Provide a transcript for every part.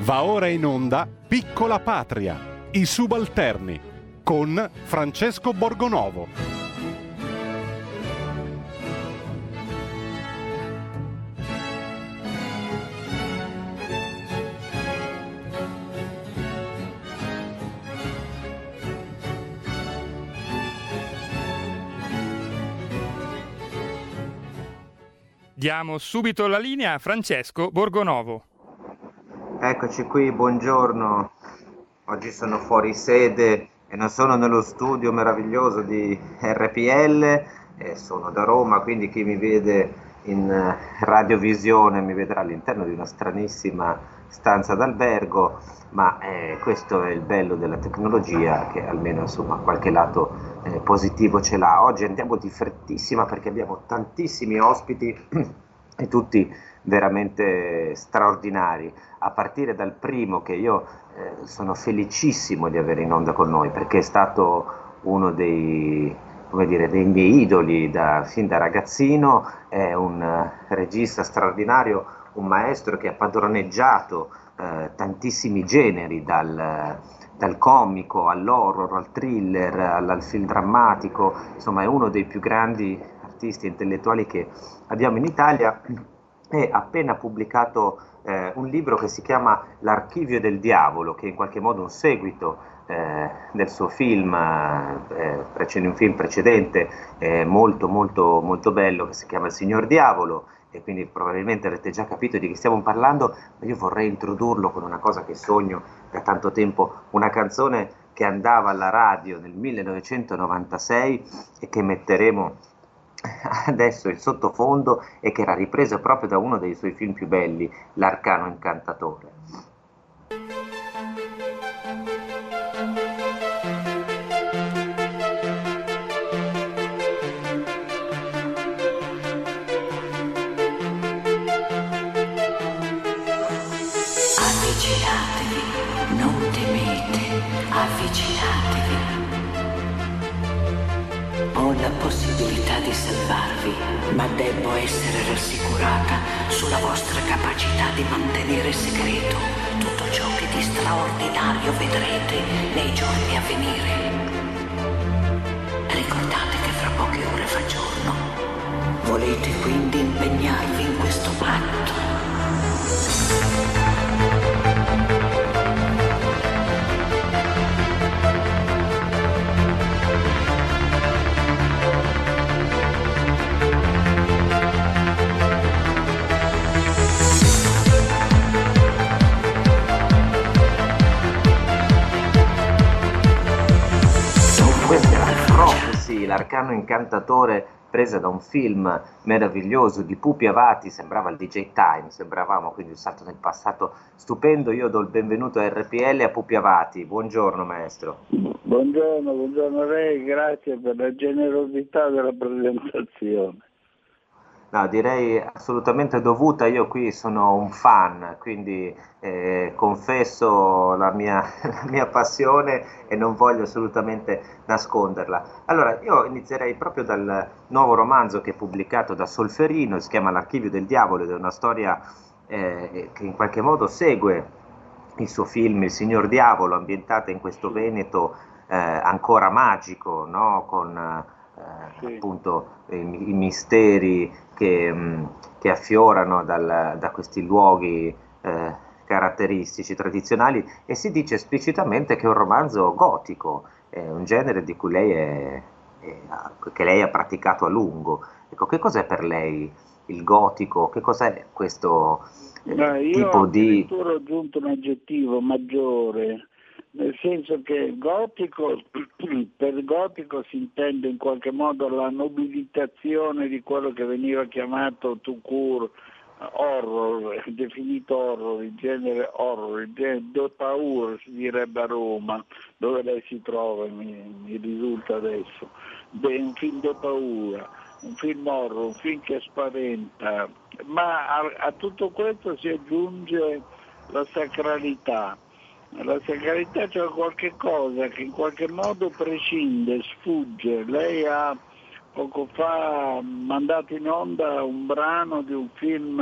Va ora in onda Piccola Patria, i subalterni, con Francesco Borgonovo. Diamo subito la linea a Francesco Borgonovo. Eccoci qui, buongiorno. Oggi sono fuori sede e non sono nello studio meraviglioso di RPL, sono da Roma, quindi chi mi vede in radiovisione mi vedrà all'interno di una stranissima stanza d'albergo, ma questo è il bello della tecnologia, che almeno insomma qualche lato positivo ce l'ha. Oggi andiamo di frettissima perché abbiamo tantissimi ospiti e tutti veramente straordinari, a partire dal primo che io sono felicissimo di avere in onda con noi, perché è stato uno dei miei idoli fin da ragazzino. È un regista straordinario, un maestro che ha padroneggiato tantissimi generi, dal comico all'horror, al thriller, al film drammatico. Insomma, è uno dei più grandi artisti intellettuali che abbiamo in Italia, e ha appena pubblicato un libro che si chiama L'archivio del diavolo, che è in qualche modo un seguito del suo film, un film precedente molto molto molto bello, che si chiama Il Signor Diavolo, e quindi probabilmente avrete già capito di chi stiamo parlando, ma io vorrei introdurlo con una cosa che sogno da tanto tempo, una canzone che andava alla radio nel 1996 e che metteremo adesso il sottofondo, e che era ripreso proprio da uno dei suoi film più belli, L'Arcano Incantatore. Avvicinatevi, non temete, avvicinatevi. Ho la possibilità di salvarvi, ma devo essere rassicurata sulla vostra capacità di mantenere segreto tutto ciò che di straordinario vedrete nei giorni a venire. Ricordate che fra poche ore fa giorno. Volete quindi impegnarvi in questo patto? L'Arcano Incantatore, presa da un film meraviglioso di Pupi Avati, sembrava il DJ Time, sembravamo, quindi un salto nel passato stupendo. Io do il benvenuto a RPL a Pupi Avati. Buongiorno maestro. Buongiorno a lei, grazie per la generosità della presentazione. No, direi assolutamente dovuta. Io qui sono un fan, quindi confesso la mia passione e non voglio assolutamente nasconderla. Allora, io inizierei proprio dal nuovo romanzo che è pubblicato da Solferino, si chiama L'Archivio del Diavolo, ed è una storia che in qualche modo segue il suo film Il Signor Diavolo, ambientata in questo Veneto ancora magico, no? Con Sì. appunto i misteri che affiorano da questi luoghi caratteristici, tradizionali, e si dice esplicitamente che è un romanzo gotico, è un genere di cui che lei ha praticato a lungo. Ecco, che cos'è per lei il gotico? Che cos'è questo Io tipo di... addirittura ho aggiunto un aggettivo maggiore, nel senso che gotico, per gotico si intende in qualche modo la nobilitazione di quello che veniva chiamato tout court horror, definito horror, il genere horror, il genere de paura si direbbe a Roma, dove lei si trova, mi risulta adesso. Un film de paura, un film horror, un film che spaventa, ma a tutto questo si aggiunge la sacralità. La sacralità, cioè qualche cosa che in qualche modo prescinde, sfugge. Lei ha poco fa mandato in onda un brano di un film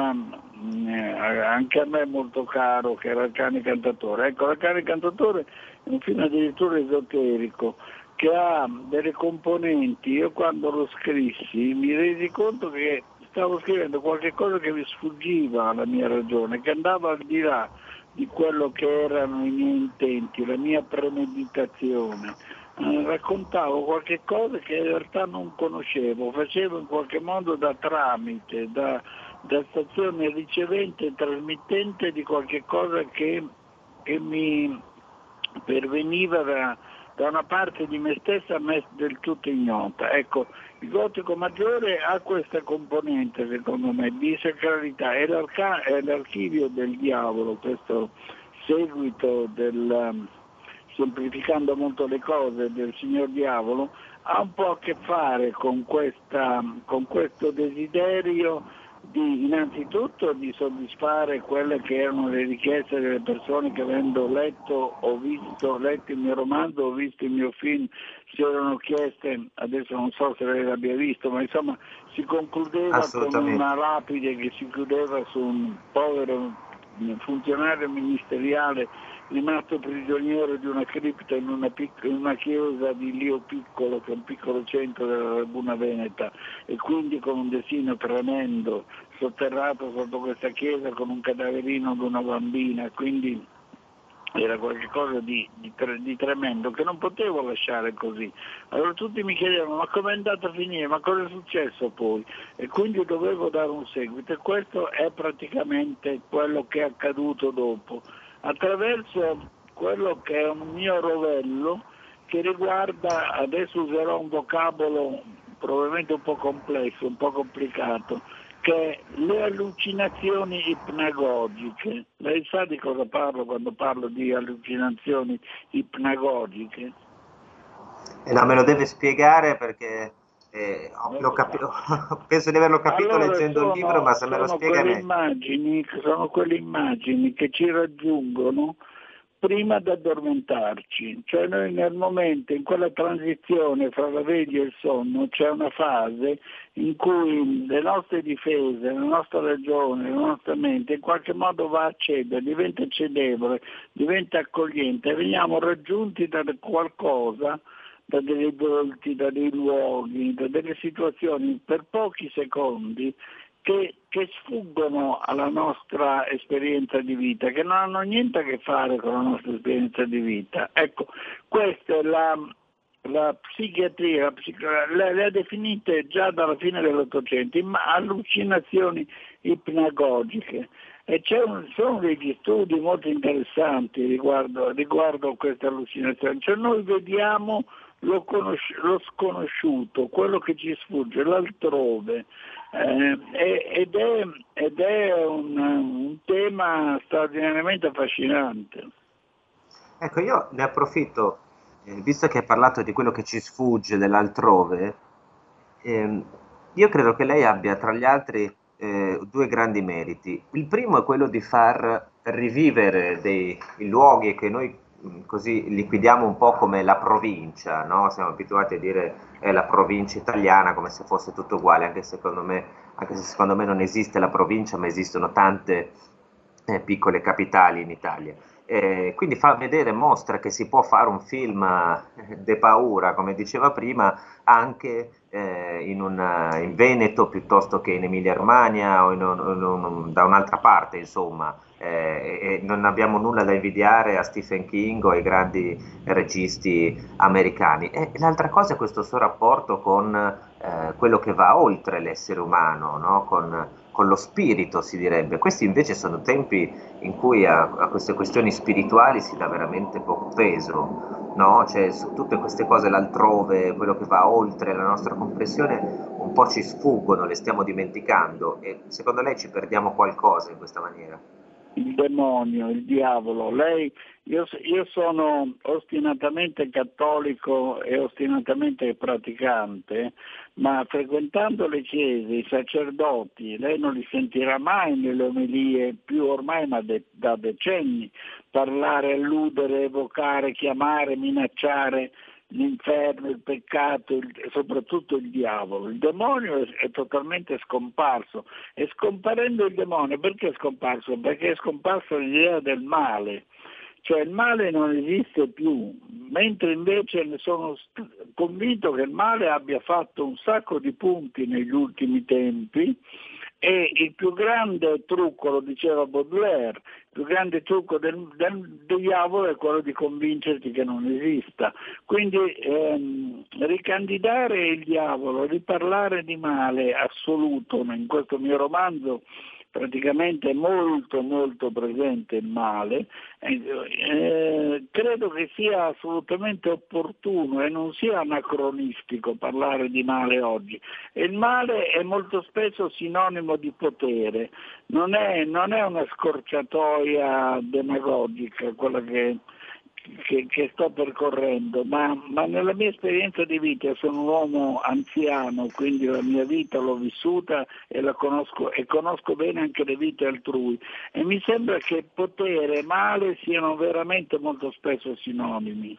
anche a me molto caro, che era Il cane cantatore. Ecco, Il cane cantatore è un film addirittura esoterico, che ha delle componenti. Io quando lo scrissi mi resi conto che stavo scrivendo qualche cosa che mi sfuggiva alla mia ragione, che andava al di là di quello che erano i miei intenti, la mia premeditazione. Raccontavo qualche cosa che in realtà non conoscevo, facevo in qualche modo da tramite, da stazione ricevente e trasmittente di qualche cosa che mi perveniva da una parte di me stessa a me del tutto ignota. Ecco, il gotico maggiore ha questa componente, secondo me, di sacralità, è l'archivio del diavolo, questo seguito del, semplificando molto le cose, del signor diavolo, ha un po' a che fare con questo desiderio di innanzitutto di soddisfare quelle che erano le richieste delle persone che, avendo letto il mio romanzo o visto il mio film, si erano chieste, adesso non so se lei l'abbia visto, ma insomma si concludeva con una lapide che si chiudeva su un povero funzionario ministeriale rimasto prigioniero di una cripta in una chiesa di Lio Piccolo, che è un piccolo centro della Laguna Veneta, e quindi con un destino tremendo, sotterrato sotto questa chiesa con un cadaverino di una bambina, quindi era qualcosa di tremendo che non potevo lasciare così. Allora tutti mi chiedevano: ma com'è andato a finire, ma cosa è successo poi? E quindi dovevo dare un seguito, e questo è praticamente quello che è accaduto dopo, attraverso quello che è un mio rovello che riguarda, adesso userò un vocabolo probabilmente un po' complesso, un po' complicato, che è le allucinazioni ipnagogiche. Lei sa di cosa parlo quando parlo di allucinazioni ipnagogiche? No, me lo deve spiegare perché penso di averlo capito allora, leggendo il libro, ma se me lo spiega meglio. Sono quelle immagini che ci raggiungono prima di addormentarci, cioè noi nel momento, in quella transizione fra la veglia e il sonno, c'è una fase in cui le nostre difese, la nostra ragione, la nostra mente in qualche modo va a cedere, diventa cedevole, diventa accogliente, veniamo raggiunti da qualcosa, da dei volti, da dei luoghi, da delle situazioni per pochi secondi che sfuggono alla nostra esperienza di vita, che non hanno niente a che fare con la nostra esperienza di vita. Ecco, questa è la psichiatria, le ha definite già dalla fine dell'Ottocento, allucinazioni ipnagogiche. E sono degli studi molto interessanti riguardo queste allucinazioni. Cioè noi vediamo lo sconosciuto, quello che ci sfugge, l'altrove, ed è un tema straordinariamente affascinante. Ecco, io ne approfitto, visto che hai parlato di quello che ci sfugge, dell'altrove, io credo che lei abbia tra gli altri due grandi meriti. Il primo è quello di far rivivere i luoghi che noi così liquidiamo un po' come la provincia, no? Siamo abituati a dire la provincia italiana come se fosse tutto uguale, anche se secondo me non esiste la provincia, ma esistono tante piccole capitali in Italia. Quindi mostra che si può fare un film de paura, come diceva prima, anche in Veneto piuttosto che in Emilia-Romagna o da un'altra parte, insomma. E non abbiamo nulla da invidiare a Stephen King o ai grandi registi americani. E l'altra cosa è questo suo rapporto con quello che va oltre l'essere umano, no? Con lo spirito, si direbbe. Questi invece sono tempi in cui a queste questioni spirituali si dà veramente poco peso, no? Cioè, su tutte queste cose, l'altrove, quello che va oltre la nostra comprensione, un po' ci sfuggono, le stiamo dimenticando, e secondo lei ci perdiamo qualcosa in questa maniera? Il demonio, il diavolo. Io sono ostinatamente cattolico e ostinatamente praticante, ma frequentando le chiese, i sacerdoti, lei non li sentirà mai nelle omelie, più ormai ma da decenni, parlare, alludere, evocare, chiamare, minacciare l'inferno, il peccato, soprattutto il diavolo. Il demonio è totalmente scomparso, e scomparendo il demonio, perché è scomparso? Perché è scomparsa l'idea del male. Cioè il male non esiste più, mentre invece ne sono convinto che il male abbia fatto un sacco di punti negli ultimi tempi, e il più grande trucco, lo diceva Baudelaire, il più grande trucco del diavolo è quello di convincerti che non esista. Quindi ricandidare il diavolo, riparlare di male assoluto, in questo mio romanzo praticamente è molto molto presente il male, credo che sia assolutamente opportuno e non sia anacronistico parlare di male oggi. E il male è molto spesso sinonimo di potere, non è una scorciatoia demagogica quella che sto percorrendo, ma nella mia esperienza di vita sono un uomo anziano, quindi la mia vita l'ho vissuta e la conosco, e conosco bene anche le vite altrui, e mi sembra che potere e male siano veramente molto spesso sinonimi.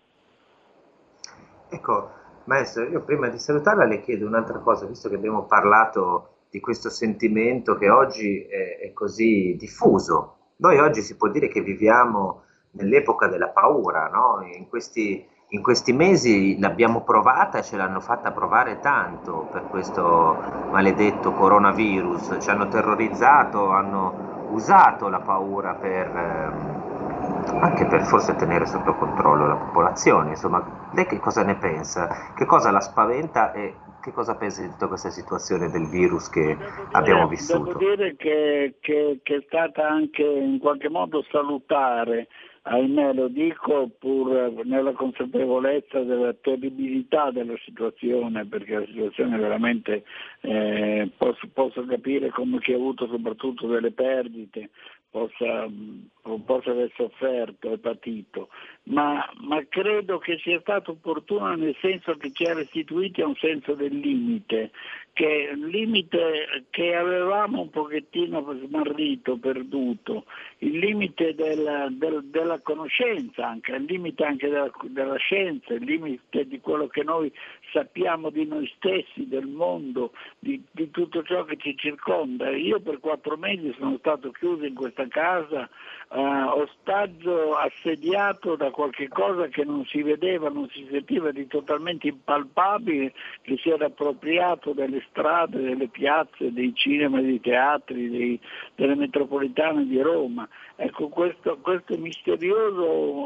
Ecco, maestro, io prima di salutarla le chiedo un'altra cosa, visto che abbiamo parlato di questo sentimento che oggi è così diffuso. Noi oggi si può dire che viviamo nell'epoca della paura, no? In questi mesi l'abbiamo provata e ce l'hanno fatta provare tanto per questo maledetto coronavirus, ci hanno terrorizzato, hanno usato la paura anche per forse tenere sotto controllo la popolazione. Insomma, lei che cosa ne pensa? Che cosa la spaventa e che cosa pensa di tutta questa situazione del virus che abbiamo vissuto? Devo dire che è stata anche in qualche modo salutare. Ahimè, lo dico pur nella consapevolezza della terribilità della situazione, perché la situazione veramente posso capire come chi ha avuto soprattutto delle perdite possa aver sofferto e patito, ma credo che sia stato opportuno, nel senso che ci ha restituiti a un senso del limite, che il limite che avevamo un pochettino smarrito, perduto, il limite della conoscenza, anche il limite anche della scienza, il limite di quello che noi sappiamo di noi stessi, del mondo, di tutto ciò che ci circonda. Io per 4 mesi sono stato chiuso in questa casa, ostaggio, assediato da qualche cosa che non si vedeva, non si sentiva, di totalmente impalpabile, che si era appropriato delle strade, delle piazze, dei cinema, dei teatri, delle metropolitane di Roma. Ecco, questo misterioso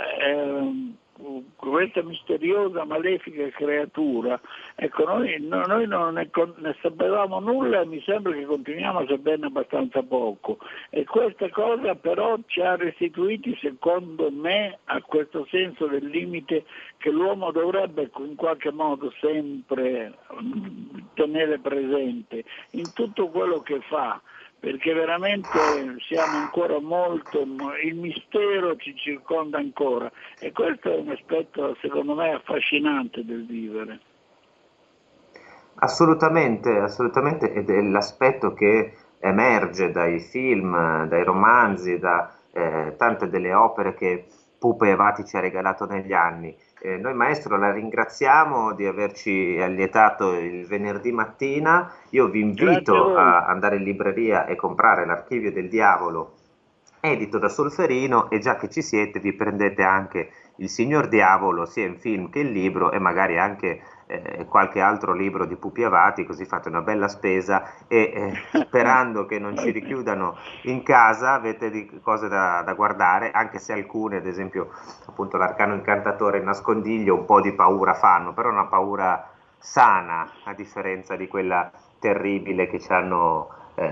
questa misteriosa, malefica creatura, ecco, noi non ne sapevamo nulla, e mi sembra che continuiamo a saperne abbastanza poco, e questa cosa però ci ha restituiti, secondo me, a questo senso del limite che l'uomo dovrebbe in qualche modo sempre tenere presente in tutto quello che fa, perché veramente siamo ancora il mistero ci circonda ancora, e questo è un aspetto secondo me affascinante del vivere. Assolutamente, assolutamente, ed è l'aspetto che emerge dai film, dai romanzi, da tante delle opere che Pupa e Avati ci ha regalato negli anni. Noi maestro la ringraziamo di averci allietato il venerdì mattina. Io vi invito a andare in libreria e comprare l'Archivio del Diavolo, edito da Solferino, e già che ci siete vi prendete anche Il Signor Diavolo, sia in film che in libro, e magari anche qualche altro libro di Pupi Avati, così fate una bella spesa, e sperando che non ci richiudano in casa avete cose da guardare, anche se alcune, ad esempio appunto l'Arcano Incantatore e il Nascondiglio, un po' di paura fanno, però una paura sana, a differenza di quella terribile che ci hanno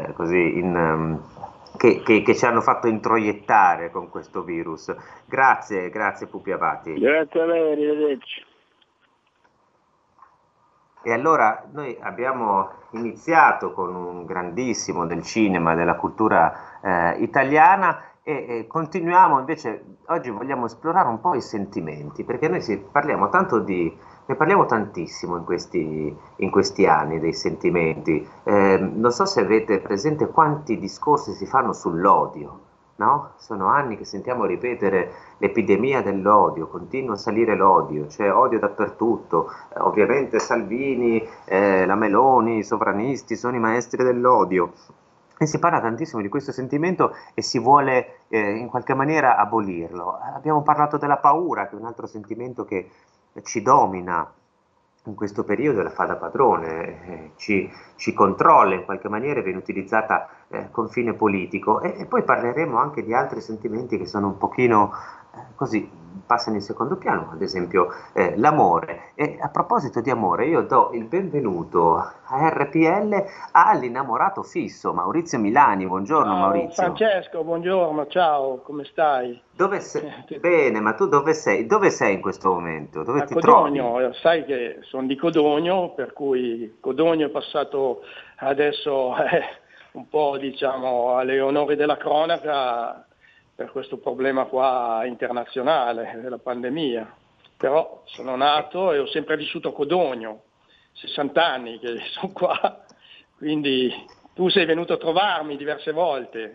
che ci hanno fatto introiettare con questo virus. Grazie Pupi Avati. Grazie a lei, arrivederci. E allora noi abbiamo iniziato con un grandissimo del cinema, della cultura italiana, e continuiamo invece, oggi vogliamo esplorare un po' i sentimenti, perché noi ne parliamo tantissimo in questi anni dei sentimenti. Non so se avete presente quanti discorsi si fanno sull'odio, no? Sono anni che sentiamo ripetere l'epidemia dell'odio, continua a salire l'odio, c'è odio dappertutto. Ovviamente Salvini, la Meloni, i sovranisti sono i maestri dell'odio. E si parla tantissimo di questo sentimento e si vuole in qualche maniera abolirlo. Abbiamo parlato della paura, che è un altro sentimento che ci domina in questo periodo e la fa da padrone, ci controlla in qualche maniera e viene utilizzata con fine politico. E poi parleremo anche di altri sentimenti che sono un pochino così, passano in secondo piano, ad esempio l'amore. E a proposito di amore, io do il benvenuto a RPL all'innamorato fisso, Maurizio Milani. Buongiorno. Ciao, Maurizio. Francesco, buongiorno, ciao, come stai? Dove sei? Bene, ma tu dove sei? Dove sei in questo momento? Dove A ti trovi? Codogno, sai che sono di Codogno, per cui Codogno è passato adesso un po', diciamo, alle onori della cronaca per questo problema qua internazionale della pandemia. Però sono nato e ho sempre vissuto a Codogno, 60 anni che sono qua, quindi tu sei venuto a trovarmi diverse volte.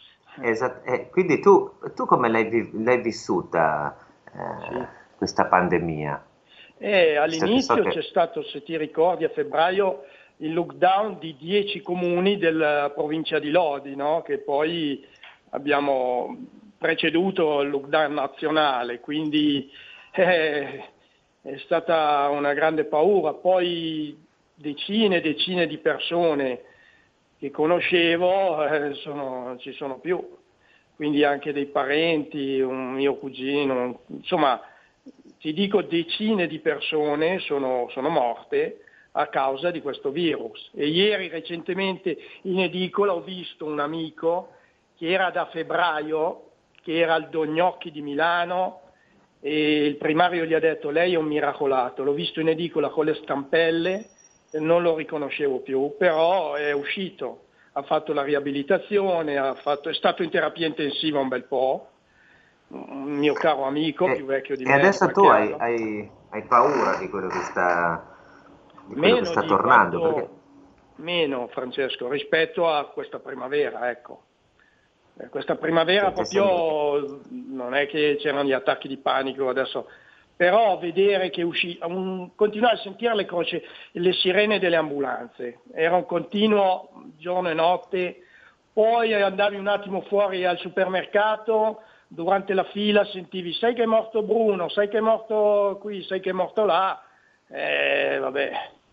Quindi tu come l'hai vissuta Sì. questa pandemia? All'inizio che- c'è stato, se ti ricordi, a febbraio il lockdown di 10 comuni della provincia di Lodi, no? Che poi abbiamo preceduto il lockdown nazionale, quindi è stata una grande paura. Poi decine e decine di persone che conoscevo ci sono più, quindi anche dei parenti, un mio cugino, insomma ti dico decine di persone sono morte a causa di questo virus. E ieri recentemente in edicola ho visto un amico che era da febbraio, che era al Dognocchi di Milano, e il primario gli ha detto: lei è un miracolato. L'ho visto in edicola con le stampelle, non lo riconoscevo più, però è uscito, ha fatto la riabilitazione, è stato in terapia intensiva un bel po', un mio caro amico più vecchio di me. E adesso tu qualche anno. hai paura di quello che sta Di tornando? quanto- Meno, Francesco, rispetto a questa primavera, ecco. Questa primavera proprio non è che c'erano gli attacchi di panico adesso, però vedere che continuare a sentire le sirene delle ambulanze, era un continuo giorno e notte. Poi andavi un attimo fuori al supermercato, durante la fila sentivi: sai che è morto Bruno, sai che è morto qui, sai che è morto là. Vabbè,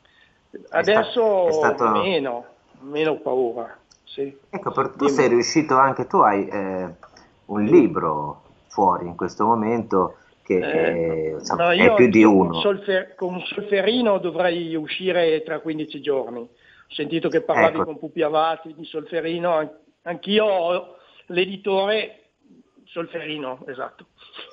adesso è stato... meno paura. Sì. Ecco, tu sei riuscito anche, tu hai un libro fuori in questo momento che insomma, è più di uno. Con un Solferino dovrei uscire tra 15 giorni. Ho sentito che parlavi con Pupi Avati di Solferino, anch'io ho l'editore Solferino, esatto.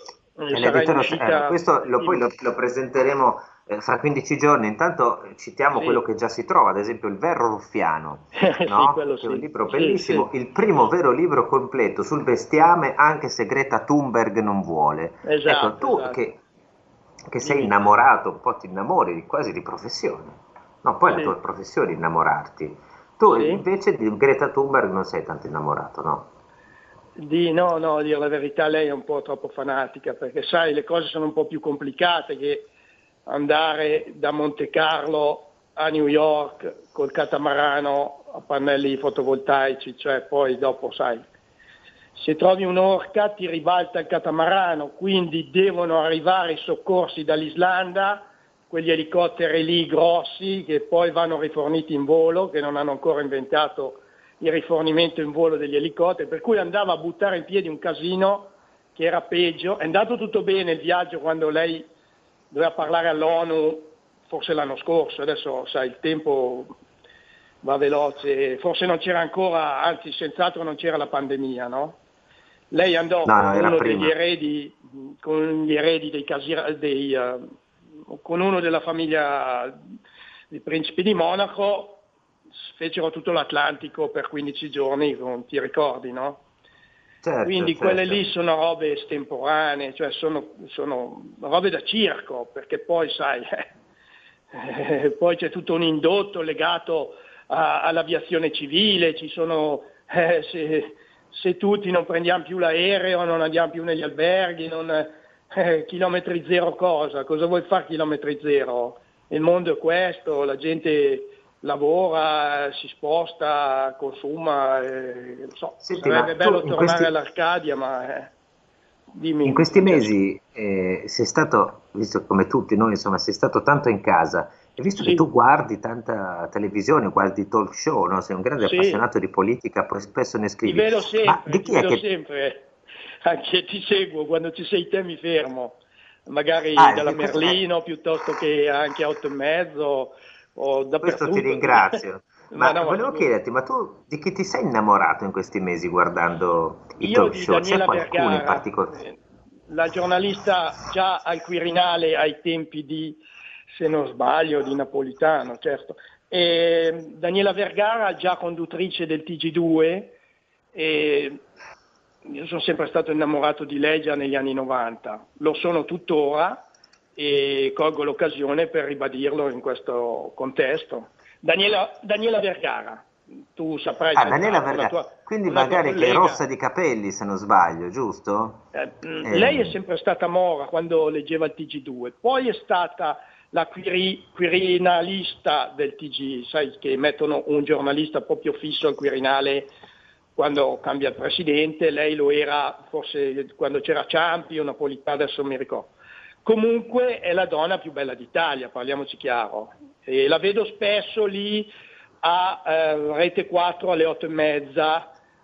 Questo poi lo presenteremo fra 15 giorni. Intanto citiamo quello che già si trova, ad esempio Il Verro Ruffiano, no? Che è un libro bellissimo, il primo vero libro completo sul bestiame, anche se Greta Thunberg non vuole. Esatto, ecco, tu che sei innamorato, un po' ti innamori quasi di professione, no? Poi la tua professione è innamorarti. Tu invece di Greta Thunberg non sei tanto innamorato, no? No, a dire la verità, lei è un po' troppo fanatica, perché sai, le cose sono un po' più complicate che andare da Monte Carlo a New York col catamarano a pannelli fotovoltaici, cioè poi dopo, sai, se trovi un'orca ti ribalta il catamarano, quindi devono arrivare i soccorsi dall'Islanda, quegli elicotteri lì grossi che poi vanno riforniti in volo, che non hanno ancora inventato il rifornimento in volo degli elicotteri, per cui andava a buttare in piedi un casino che era peggio. È andato tutto bene il viaggio quando lei doveva parlare all'ONU, forse l'anno scorso, adesso sai il tempo va veloce, forse non c'era ancora, anzi senz'altro non c'era la pandemia, no? Lei andò con gli eredi con uno della famiglia dei principi di Monaco, fecero tutto l'Atlantico per 15 giorni, ti ricordi, no? Certo, quindi quelle lì sono robe estemporanee, cioè sono robe da circo, perché poi sai, poi c'è tutto un indotto legato all'aviazione civile, ci sono se tutti non prendiamo più l'aereo, non andiamo più negli alberghi, chilometri zero cosa vuoi fare chilometri zero? Il mondo è questo, la gente lavora, si sposta, consuma, Senti, sarebbe bello tornare all'Arcadia, ma dimmi. In questi mesi sei stato, visto come tutti noi, insomma, sei stato tanto in casa, e visto che tu guardi tanta televisione, guardi talk show, no? Sei un grande appassionato di politica, poi spesso ne scrivi. Ti vedo sempre, ma di chi è che... sempre, anche ti seguo, quando ci sei te mi fermo, magari dalla Merlino piuttosto che anche a 8:30 o dappertutto. Questo ti ringrazio. Volevo chiederti, ma tu di chi ti sei innamorato in questi mesi guardando i talk show? C'è qualcuno in particolare? La giornalista già al Quirinale ai tempi di, se non sbaglio, di Napolitano, certo. E Daniela Vergara, già conduttrice del TG2, e io sono sempre stato innamorato di lei già negli anni 90, lo sono tuttora e colgo l'occasione per ribadirlo in questo contesto. Daniela Vergara, tu saprai. Daniela Vergara, quindi magari che è rossa di capelli, se non sbaglio, giusto? Lei è sempre stata mora quando leggeva il TG2, poi è stata la quirinalista del TG, sai che mettono un giornalista proprio fisso al Quirinale quando cambia il presidente, lei lo era forse quando c'era Ciampi o Napolitano, adesso non mi ricordo. Comunque è la donna più bella d'Italia, parliamoci chiaro, e la vedo spesso lì a Rete 4 alle 8:30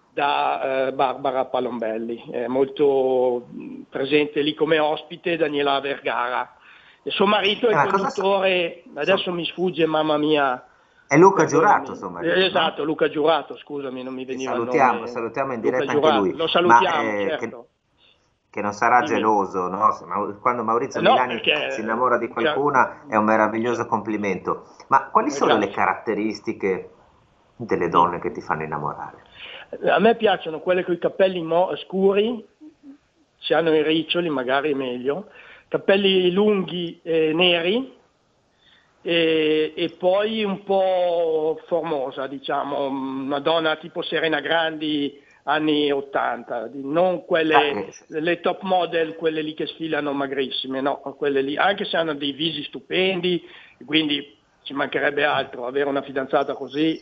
da Barbara Palombelli, è molto presente lì come ospite Daniela Vergara. E suo marito è il conduttore, adesso mi sfugge, mamma mia. È Luca Giurato, insomma. Esatto, Luca Giurato, scusami, non mi veniva il nome. Salutiamo in diretta anche lui. Lo salutiamo, certo. Che non sarà geloso, no? Quando Maurizio Milani si innamora di qualcuna è un meraviglioso complimento. Ma quali sono le caratteristiche delle donne che ti fanno innamorare? A me piacciono quelle con i capelli scuri, se hanno i riccioli magari è meglio, capelli lunghi neri e poi un po' formosa, diciamo, una donna tipo Serena Grandi anni 80, non quelle le top model, quelle lì che sfilano magrissime, no, quelle lì, anche se hanno dei visi stupendi, quindi ci mancherebbe altro avere una fidanzata così,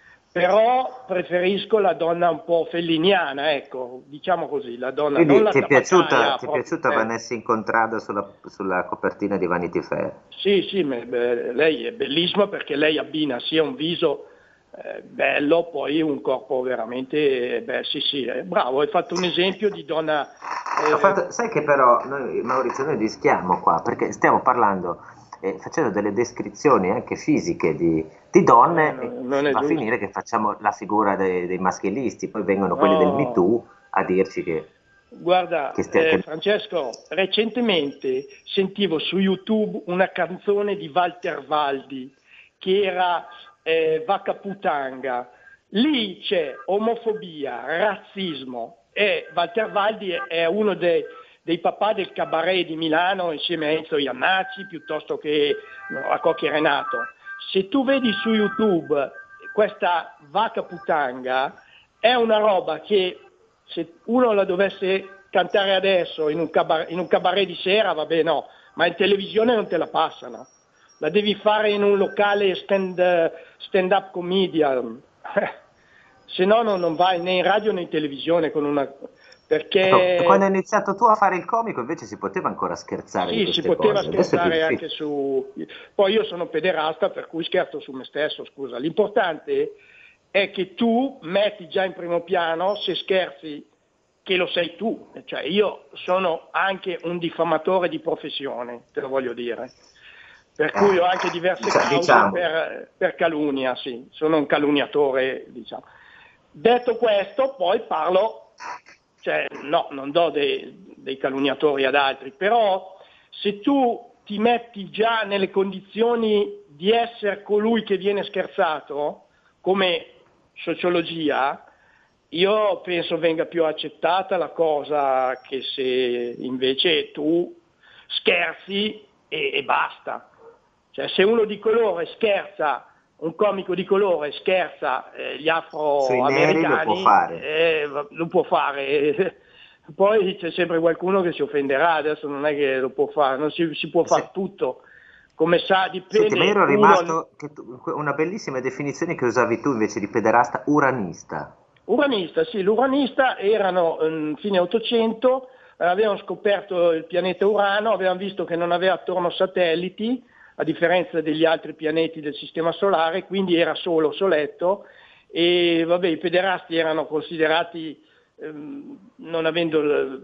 però preferisco la donna un po' felliniana, ecco, diciamo così, la donna. Quindi non la ti è piaciuta Vanessa Incontrado sulla copertina di Vanity Fair? Sì, lei è bellissima perché lei abbina sia un viso bello, poi un corpo veramente bravo, hai fatto un esempio di donna. Sai che però noi, Maurizio, noi rischiamo qua perché stiamo parlando facendo delle descrizioni anche fisiche di donne e va a finire che facciamo la figura dei maschilisti, poi vengono quelli del Me Too a dirci che... Guarda, Francesco, recentemente sentivo su YouTube una canzone di Walter Valdi che era Vacca Putanga. Lì c'è omofobia, razzismo e Walter Valdi è uno dei papà del cabaret di Milano insieme a Enzo Iannacci piuttosto che a Cocchi Renato. Se tu vedi su YouTube questa Vacca Putanga è una roba che se uno la dovesse cantare adesso in un cabaret di sera, vabbè no, ma in televisione non te la passano. La devi fare in un locale stand-up comedian, se no non vai né in radio né in televisione con una... Perché... Quando hai iniziato tu a fare il comico invece si poteva ancora scherzare di queste si poteva cose. Scherzare anche su... Poi io sono pederasta per cui scherzo su me stesso, scusa. L'importante è che tu metti già in primo piano, se scherzi, che lo sei tu. Cioè io sono anche un diffamatore di professione, te lo voglio dire. Per cui ho anche diverse cause per calunnia, sì. Sono un calunniatore, diciamo. Detto questo, poi parlo... Cioè, no, non do dei calunniatori ad altri, però se tu ti metti già nelle condizioni di essere colui che viene scherzato, come sociologia, io penso venga più accettata la cosa che se invece tu scherzi e basta. Cioè, se uno di colore scherza un comico di colore scherza gli afroamericani, lo può fare. Poi c'è sempre qualcuno che si offenderà, adesso non è che lo può fare, non si può fare tutto. Come sa, dipende. Senti, ma ero rimasto una bellissima definizione che usavi tu invece di pederasta, uranista. Uranista, sì, l'uranista erano fine 800, avevano scoperto il pianeta Urano, avevano visto che non aveva attorno satelliti, a differenza degli altri pianeti del Sistema Solare, quindi era solo soletto, e vabbè, i pederasti erano considerati, non avendo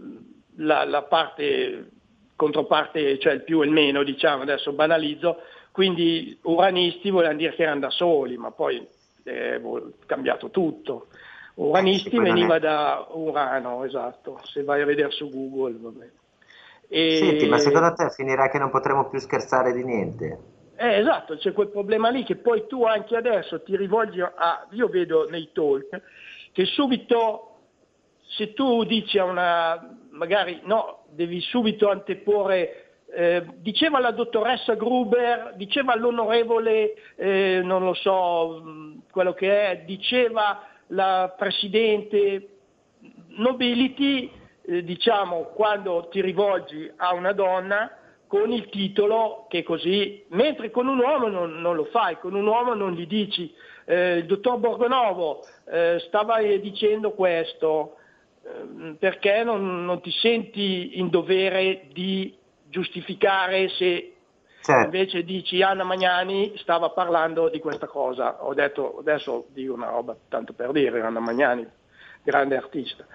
la parte controparte, cioè il più e il meno, diciamo, adesso banalizzo, quindi uranisti volevano dire che erano da soli, ma poi è cambiato tutto. Uranisti veniva da Urano, esatto, se vai a vedere su Google, vabbè. Senti, ma secondo te finirà che non potremo più scherzare di niente? Esatto, c'è quel problema lì che poi tu anche adesso ti rivolgi io vedo nei talk che subito, se tu dici a una, magari no, devi subito anteporre, diceva la dottoressa Gruber, diceva l'onorevole, non lo so, quello che è, diceva la presidente Nobility, diciamo, quando ti rivolgi a una donna con il titolo, che così, mentre con un uomo non lo fai, con un uomo non gli dici il dottor Borgonovo stava dicendo questo, perché non ti senti in dovere di giustificare se invece dici Anna Magnani stava parlando di questa cosa. Ho detto, adesso dico una roba tanto per dire, Anna Magnani, grande artista.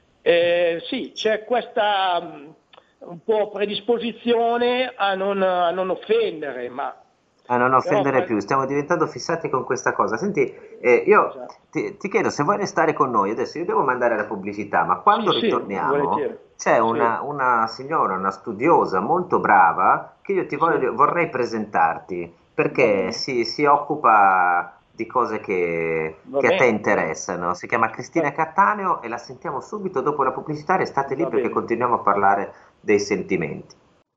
Sì, c'è questa un po' predisposizione a non offendere, ma a non offendere più, stiamo diventando fissati con questa cosa. Senti, io ti chiedo se vuoi restare con noi, adesso io devo mandare la pubblicità, ma quando ritorniamo c'è una signora, una studiosa molto brava che io vorrei presentarti, perché si occupa di cose che a te interessano. Si chiama Cristina Cattaneo e la sentiamo subito dopo la pubblicità. Restate lì perché continuiamo a parlare dei sentimenti.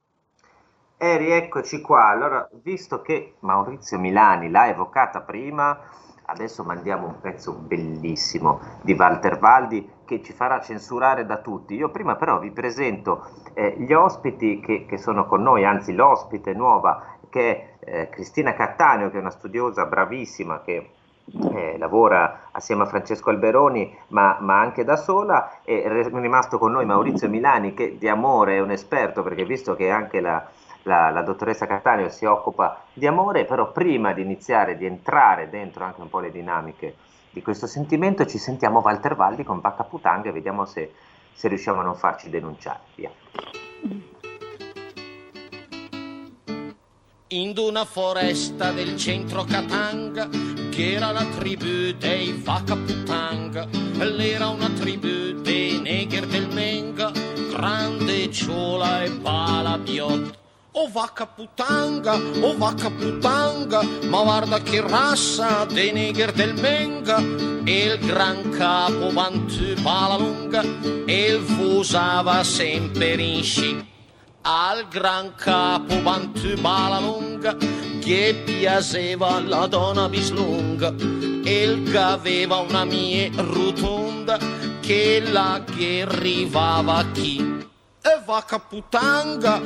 Rieccoci qua. Allora, visto che Maurizio Milani l'ha evocata prima, adesso mandiamo un pezzo bellissimo di Walter Valdi che ci farà censurare da tutti. Io prima però vi presento gli ospiti che sono con noi, anzi l'ospite nuova che è Cristina Cattaneo, che è una studiosa bravissima che lavora assieme a Francesco Alberoni ma anche da sola, e è rimasto con noi Maurizio Milani che di amore è un esperto, perché visto che anche la dottoressa Cattaneo si occupa di amore, però prima di iniziare, di entrare dentro anche un po' le dinamiche di questo sentimento, ci sentiamo Walter Valdi con Vaccaputanga e vediamo se riusciamo a non farci denunciare. Via. In una foresta del centro Katanga, che era la tribù dei Vaccaputanga, l'era una tribù dei Neger del Menga, grande ciola e palabiot. Oh Vaccaputanga, ma guarda che razza dei Neger del Menga, e il gran capo Bantu Balalunga, e il fusava sempre in sci. Al gran capo Bantu Balalunga, che piaceva la donna bislunga, e il aveva una mia rotonda, che la che arrivava chi. E Vaccaputanga,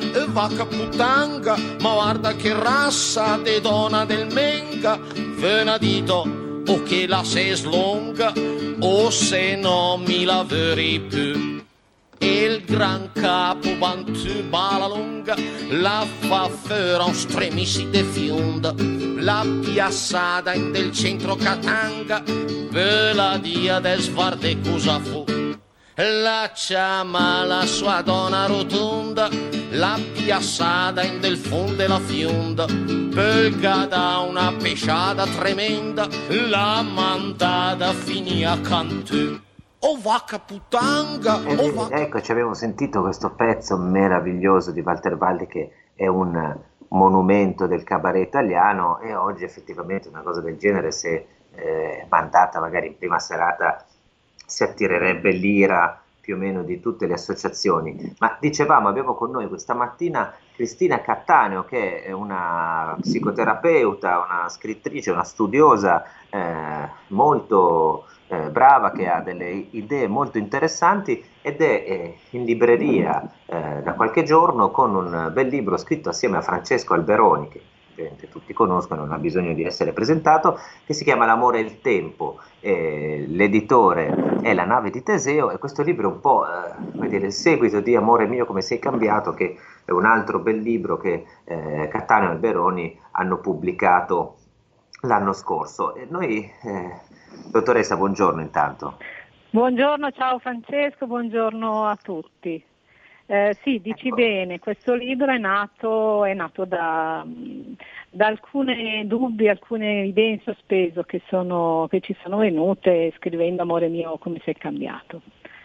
ma guarda che razza de donna del Menga, venadito o che la se slonga, o se no mi la veri più. E il gran capo Bantu Balalunga la fa fera un stremissi de fionda, la piazzata in del centro Katanga, per la dia de svarde cosa fu. La chiama la sua donna rotonda, la piazzata in del fondo della fionda, perché da una pesciata tremenda, la mandata finì a cantù. Oh Vaccaputanga, Ecco, ci abbiamo sentito questo pezzo meraviglioso di Walter Valdi, che è un monumento del cabaret italiano, e oggi effettivamente una cosa del genere, se mandata magari in prima serata, si attirerebbe l'ira più o meno di tutte le associazioni. Ma dicevamo, abbiamo con noi questa mattina Cristina Cattaneo, che è una psicoterapeuta, una scrittrice, una studiosa molto brava, che ha delle idee molto interessanti ed è in libreria da qualche giorno con un bel libro scritto assieme a Francesco Alberoni, che tutti conoscono, non ha bisogno di essere presentato, che si chiama L'amore e il tempo. L'editore è La nave di Teseo, e questo libro è un po' il seguito di Amore mio come sei cambiato, che è un altro bel libro che Cattaneo e Alberoni hanno pubblicato l'anno scorso. E noi, dottoressa, buongiorno intanto. Buongiorno, ciao Francesco, buongiorno a tutti. Sì, dici bene, questo libro è nato da alcuni dubbi, alcune idee in sospeso che ci sono venute scrivendo Amore mio come sei cambiato.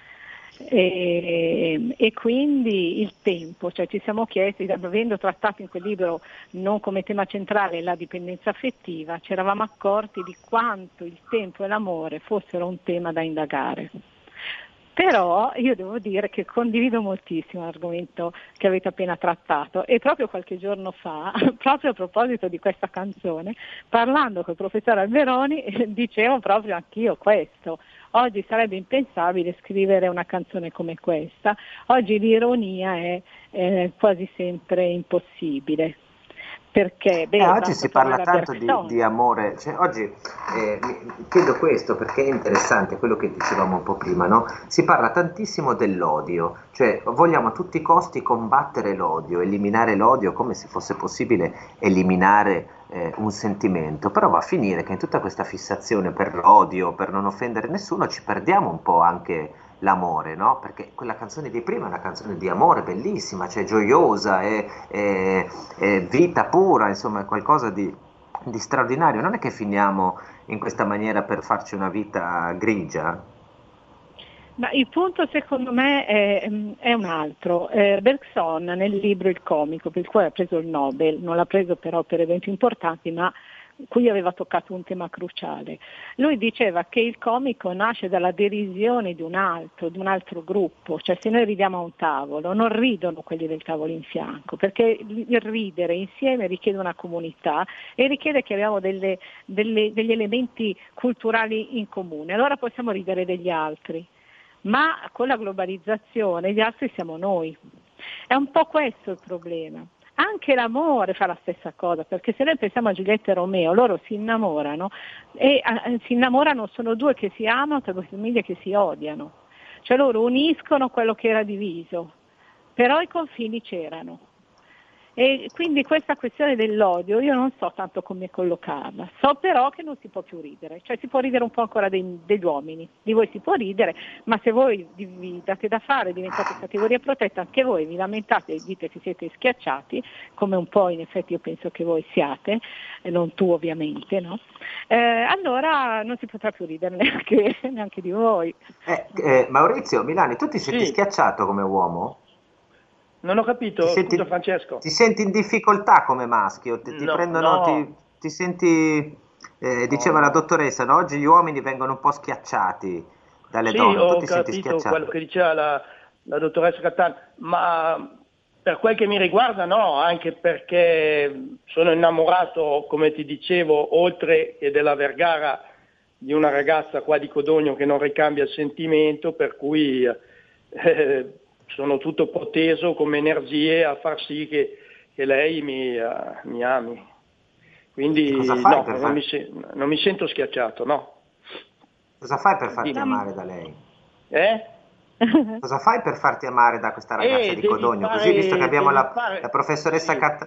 E quindi il tempo, cioè ci siamo chiesti, avendo trattato in quel libro non come tema centrale la dipendenza affettiva, ci eravamo accorti di quanto il tempo e l'amore fossero un tema da indagare. Però io devo dire che condivido moltissimo l'argomento che avete appena trattato, e proprio qualche giorno fa, proprio a proposito di questa canzone, parlando col professor Alberoni, dicevo proprio anch'io questo. Oggi sarebbe impensabile scrivere una canzone come questa, oggi l'ironia è quasi sempre impossibile. Perché oggi si parla tanto di amore, cioè, oggi chiedo questo perché è interessante quello che dicevamo un po' prima, no? Si parla tantissimo dell'odio, cioè vogliamo a tutti i costi combattere l'odio, eliminare l'odio come se fosse possibile eliminare un sentimento, però va a finire che in tutta questa fissazione per l'odio, per non offendere nessuno, ci perdiamo un po' anche l'amore, no? Perché quella canzone di prima è una canzone di amore bellissima, cioè gioiosa, è vita pura, insomma è qualcosa di straordinario. Non è che finiamo in questa maniera per farci una vita grigia? Ma il punto secondo me è un altro. Bergson nel libro Il comico, per il quale ha preso il Nobel, non l'ha preso però per eventi importanti, ma qui aveva toccato un tema cruciale. Lui diceva che il comico nasce dalla derisione di un altro gruppo, cioè se noi ridiamo a un tavolo non ridono quelli del tavolo in fianco, perché il ridere insieme richiede una comunità e richiede che abbiamo degli elementi culturali in comune, allora possiamo ridere degli altri, ma con la globalizzazione gli altri siamo noi. È un po' questo il problema. Anche l'amore fa la stessa cosa, perché se noi pensiamo a Giulietta e Romeo, loro si innamorano sono due che si amano tra due famiglie che si odiano, cioè loro uniscono quello che era diviso, però i confini c'erano. E quindi questa questione dell'odio io non so tanto come collocarla, so però che non si può più ridere, cioè si può ridere un po' ancora degli uomini, di voi si può ridere, ma se voi vi date da fare, diventate categoria protetta, anche voi vi lamentate e dite che siete schiacciati, come un po' in effetti io penso che voi siate, non tu ovviamente, no? Allora non si potrà più ridere neanche di voi. Maurizio Milani, tu ti senti schiacciato come uomo? Non ho capito, scusa Francesco. Ti senti in difficoltà come maschio? Ti prendono, no. ti senti, diceva la dottoressa, no? Oggi gli uomini vengono un po' schiacciati dalle donne, tu ti senti schiacciato? Sì, ho capito quello che diceva la dottoressa Cattaneo, ma per quel che mi riguarda no, anche perché sono innamorato, come ti dicevo, oltre che della Vergara, di una ragazza qua di Codogno che non ricambia il sentimento, per cui sono tutto proteso come energie a far sì che lei mi ami. Quindi no, non mi sento schiacciato, no. Cosa fai per farti amare da lei? Cosa fai per farti amare da questa ragazza di Codogno? Così, visto che abbiamo la professoressa Cattaneo.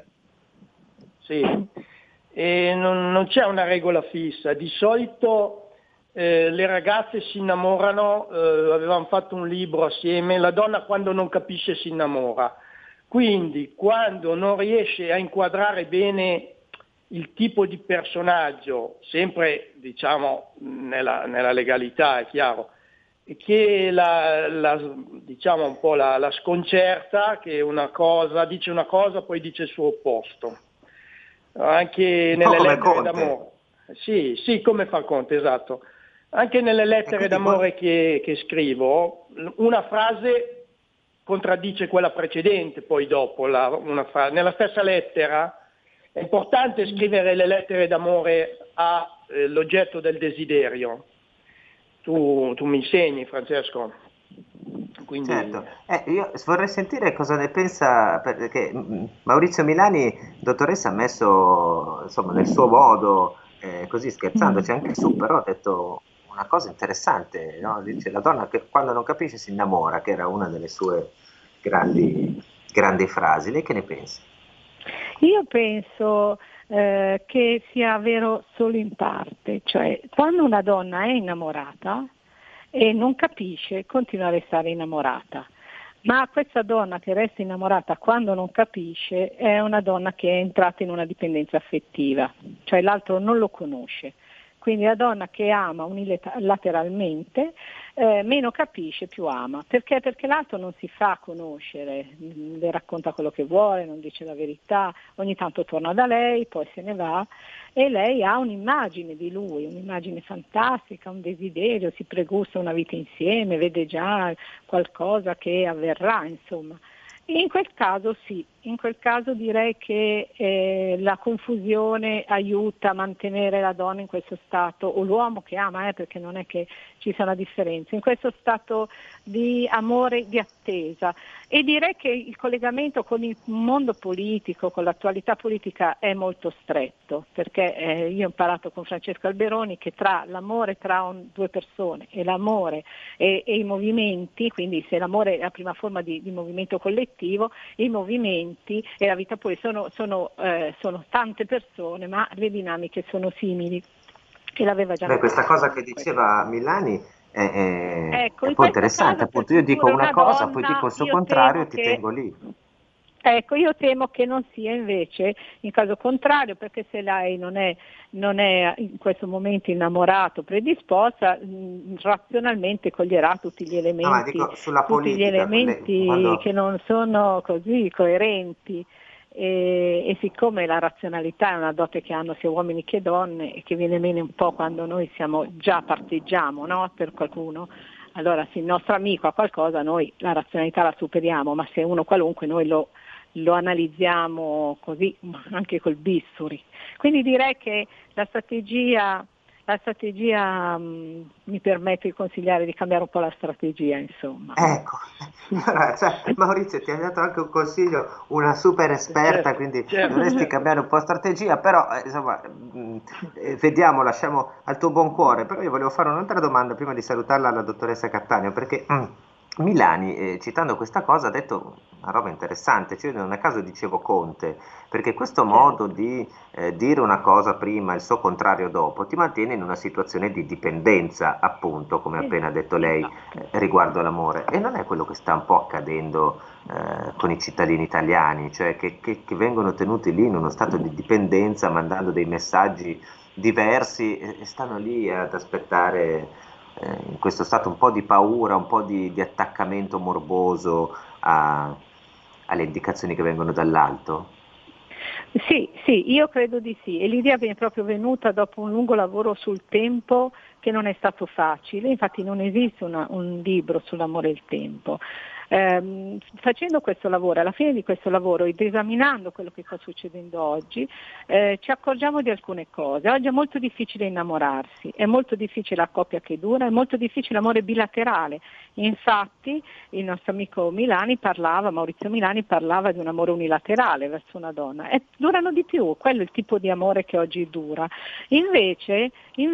Sì, e non c'è una regola fissa. Di solito le ragazze si innamorano, avevamo fatto un libro assieme, la donna quando non capisce si innamora, quindi quando non riesce a inquadrare bene il tipo di personaggio, sempre diciamo nella legalità, è chiaro, che diciamo un po' la sconcerta, che dice una cosa poi dice il suo opposto, anche nelle lettere d'amore. Sì, come fa Conte, esatto. Anche nelle lettere d'amore che scrivo, una frase contraddice quella precedente, poi dopo nella stessa lettera. È importante scrivere le lettere d'amore all'oggetto del desiderio. Tu mi insegni, Francesco. Quindi... Certo, io vorrei sentire cosa ne pensa, perché Maurizio Milani, dottoressa, ha messo insomma nel suo modo, così scherzandoci anche su, però ha detto una cosa interessante, no? Dice la donna che quando non capisce si innamora, che era una delle sue grandi frasi. Lei che ne pensa? Io penso che sia vero solo in parte, cioè quando una donna è innamorata e non capisce, continua a restare innamorata. Ma questa donna che resta innamorata quando non capisce è una donna che è entrata in una dipendenza affettiva, cioè l'altro non lo conosce. Quindi la donna che ama unilateralmente meno capisce, più ama. Perché? Perché l'altro non si fa conoscere, le racconta quello che vuole, non dice la verità, ogni tanto torna da lei, poi se ne va e lei ha un'immagine di lui, un'immagine fantastica, un desiderio, si pregusta una vita insieme, vede già qualcosa che avverrà, insomma. In quel caso sì, in quel caso direi che la confusione aiuta a mantenere la donna in questo stato, o l'uomo che ama, perché non è che ci sia una differenza, in questo stato di amore, di attesa. E direi che il collegamento con il mondo politico, con l'attualità politica è molto stretto, perché io ho imparato con Francesco Alberoni che tra l'amore tra due persone e l'amore e i movimenti, quindi se l'amore è la prima forma di movimento collettivo, i movimenti e la vita poi sono tante persone, ma le dinamiche sono simili. Che l'aveva già questa cosa che diceva Milani è un po' interessante, appunto io dico una cosa, donna, poi dico il suo contrario e ti tengo lì. Ecco, io temo che non sia invece in caso contrario, perché se lei non è in questo momento innamorato, predisposta, razionalmente coglierà tutti gli elementi, sulla politica, che non sono così coerenti. E siccome la razionalità è una dote che hanno sia uomini che donne e che viene meno un po' quando noi parteggiamo, no? Per qualcuno, allora se il nostro amico ha qualcosa noi la razionalità la superiamo, ma se uno qualunque noi lo analizziamo così anche col bisturi. Quindi direi che la strategia mi permette di consigliare di cambiare un po' la strategia, insomma. Ecco, Maurizio ti ha dato anche un consiglio, una super esperta, quindi dovresti cambiare un po' strategia, però insomma vediamo, lasciamo al tuo buon cuore. Però io volevo fare un'altra domanda prima di salutarla alla dottoressa Cattaneo, perché Milani, citando questa cosa, ha detto una roba interessante, cioè non a caso dicevo Conte, perché questo modo di dire una cosa prima e il suo contrario dopo ti mantiene in una situazione di dipendenza, appunto, come ha appena detto lei, riguardo all'amore, e non è quello che sta un po' accadendo con i cittadini italiani, cioè che vengono tenuti lì in uno stato di dipendenza, mandando dei messaggi diversi e stanno lì ad aspettare in questo stato un po' di paura, un po' di attaccamento morboso alle indicazioni che vengono dall'alto? Sì, io credo di sì, e l'idea viene proprio venuta dopo un lungo lavoro sul tempo che non è stato facile, infatti non esiste un libro sull'amore e il tempo. Facendo questo lavoro, alla fine di questo lavoro ed esaminando quello che sta succedendo oggi, ci accorgiamo di alcune cose. Oggi è molto difficile innamorarsi, è molto difficile la coppia che dura, è molto difficile l'amore bilaterale. Infatti il nostro amico Maurizio Milani parlava di un amore unilaterale verso una donna, e durano di più, quello è il tipo di amore che oggi dura. Invece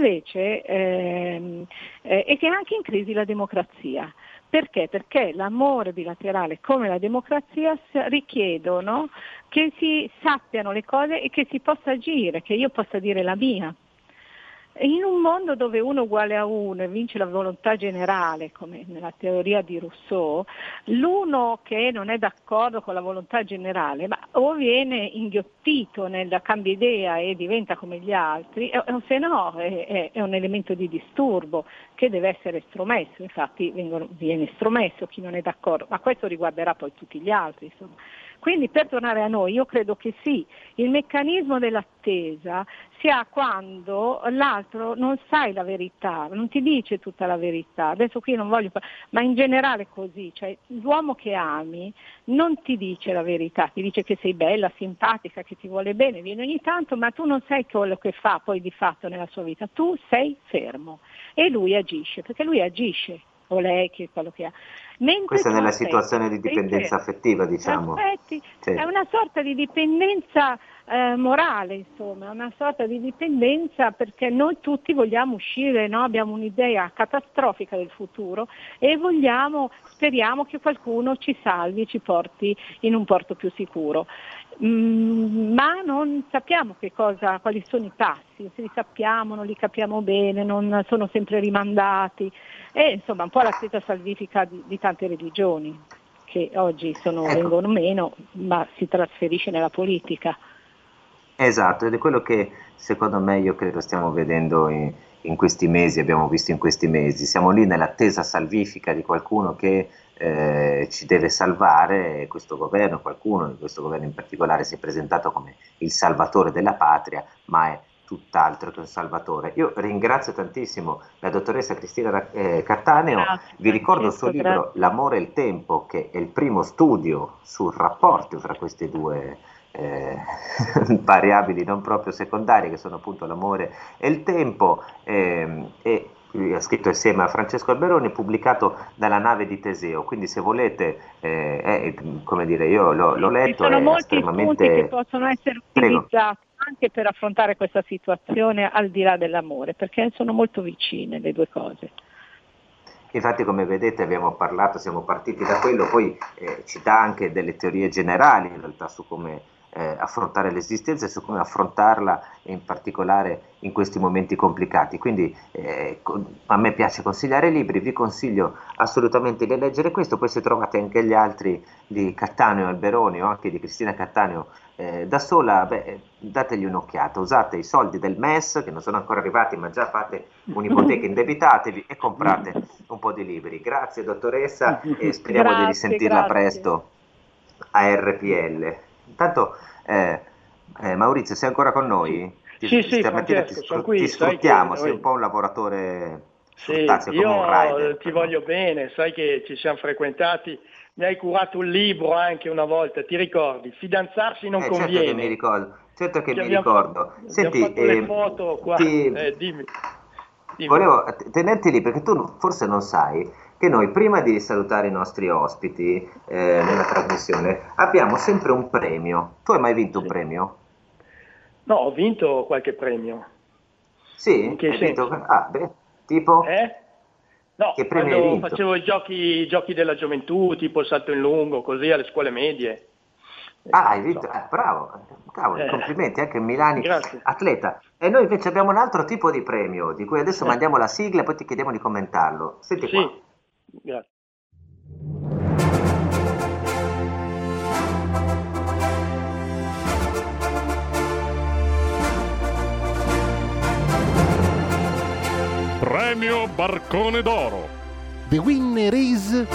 è che è anche in crisi la democrazia. Perché? Perché l'amore bilaterale come la democrazia richiedono che si sappiano le cose e che si possa agire, che io possa dire la mia. In un mondo dove 1 uguale a 1 e vince la volontà generale, come nella teoria di Rousseau, l'uno che non è d'accordo con la volontà generale, ma o viene inghiottito nel cambio idea e diventa come gli altri, o se no è un elemento di disturbo che deve essere estromesso. Infatti viene estromesso chi non è d'accordo, ma questo riguarderà poi tutti gli altri, insomma. Quindi per tornare a noi, io credo che sì, il meccanismo dell'attesa si ha quando l'altro non sai la verità, non ti dice tutta la verità. Adesso qui non voglio, ma in generale così, cioè l'uomo che ami non ti dice la verità, ti dice che sei bella, simpatica, che ti vuole bene, viene ogni tanto, ma tu non sai quello che fa poi di fatto nella sua vita, tu sei fermo e lui agisce, perché lui agisce, o lei, che è quello che ha. Mentre questa è nella aspetti, situazione di dipendenza affettiva, diciamo. Aspetti, Sì. È una sorta di dipendenza morale, insomma, una sorta di dipendenza perché noi tutti vogliamo uscire, no? Abbiamo un'idea catastrofica del futuro e speriamo che qualcuno ci salvi, ci porti in un porto più sicuro. Ma non sappiamo quali sono i passi, se li sappiamo, non li capiamo bene, non sono sempre rimandati, e insomma un po' l'attesa salvifica di tante religioni che oggi vengono meno, ma si trasferisce nella politica. Esatto, ed è quello che secondo me io credo stiamo vedendo in questi mesi, abbiamo visto in questi mesi. Siamo lì nell'attesa salvifica di qualcuno che ci deve salvare. Qualcuno di questo governo in particolare si è presentato come il salvatore della patria, ma è tutt'altro che un salvatore. Io ringrazio tantissimo la dottoressa Cristina Cattaneo. Grazie, Vi ricordo il suo Francesco, libro grazie. L'amore e il tempo, che è il primo studio sul rapporto fra questi due variabili non proprio secondarie, che sono appunto l'amore e il tempo, e lui ha scritto insieme a Francesco Alberoni, pubblicato dalla Nave di Teseo. Quindi se volete, come dire, io l'ho letto, Ci sono è molti spunti che estremamente... possono essere Prego. utilizzati anche per affrontare questa situazione al di là dell'amore, perché sono molto vicine le due cose. Infatti, come vedete, abbiamo parlato, siamo partiti da quello, poi ci dà anche delle teorie generali in realtà su come affrontare l'esistenza e su come affrontarla, in particolare in questi momenti complicati. Quindi a me piace consigliare libri, vi consiglio assolutamente di leggere questo, poi se trovate anche gli altri di Cattaneo e Alberoni o anche di Cristina Cattaneo da sola, dategli un'occhiata, usate i soldi del MES che non sono ancora arrivati, ma già fate un'ipoteca, indebitatevi e comprate un po' di libri. Grazie dottoressa, e speriamo di risentirla presto a RPL. Intanto Maurizio, sei ancora con noi? Sì, Stamattina Francesco, sono qui, ti sai sfruttiamo, che sei noi- un po' un lavoratore Sì, sfruttazio, come un io rider. ti voglio bene, sai che ci siamo frequentati, mi hai curato un libro anche una volta, ti ricordi? Fidanzarsi non Certo conviene. che mi ricordo, certo che Che mi abbiamo ricordo. fatto- Senti, abbiamo fatto le foto qua, dimmi. volevo tenerti lì perché tu forse non sai che noi, prima di salutare i nostri ospiti nella trasmissione, abbiamo sempre un premio. Tu hai mai vinto un premio? No, ho vinto qualche premio. Sì? In che Hai vinto? senso? Ah, tipo? No, Che premio hai quando vinto? facevo i giochi della gioventù, tipo il salto in lungo, così alle scuole medie. Ah, hai vinto? Bravo, cavolo, complimenti anche Milani, Grazie. atleta. E noi invece abbiamo un altro tipo di premio, di cui adesso mandiamo la sigla e poi ti chiediamo di commentarlo. Senti qua. Grazie. Premio Barcone d'Oro. The winner is...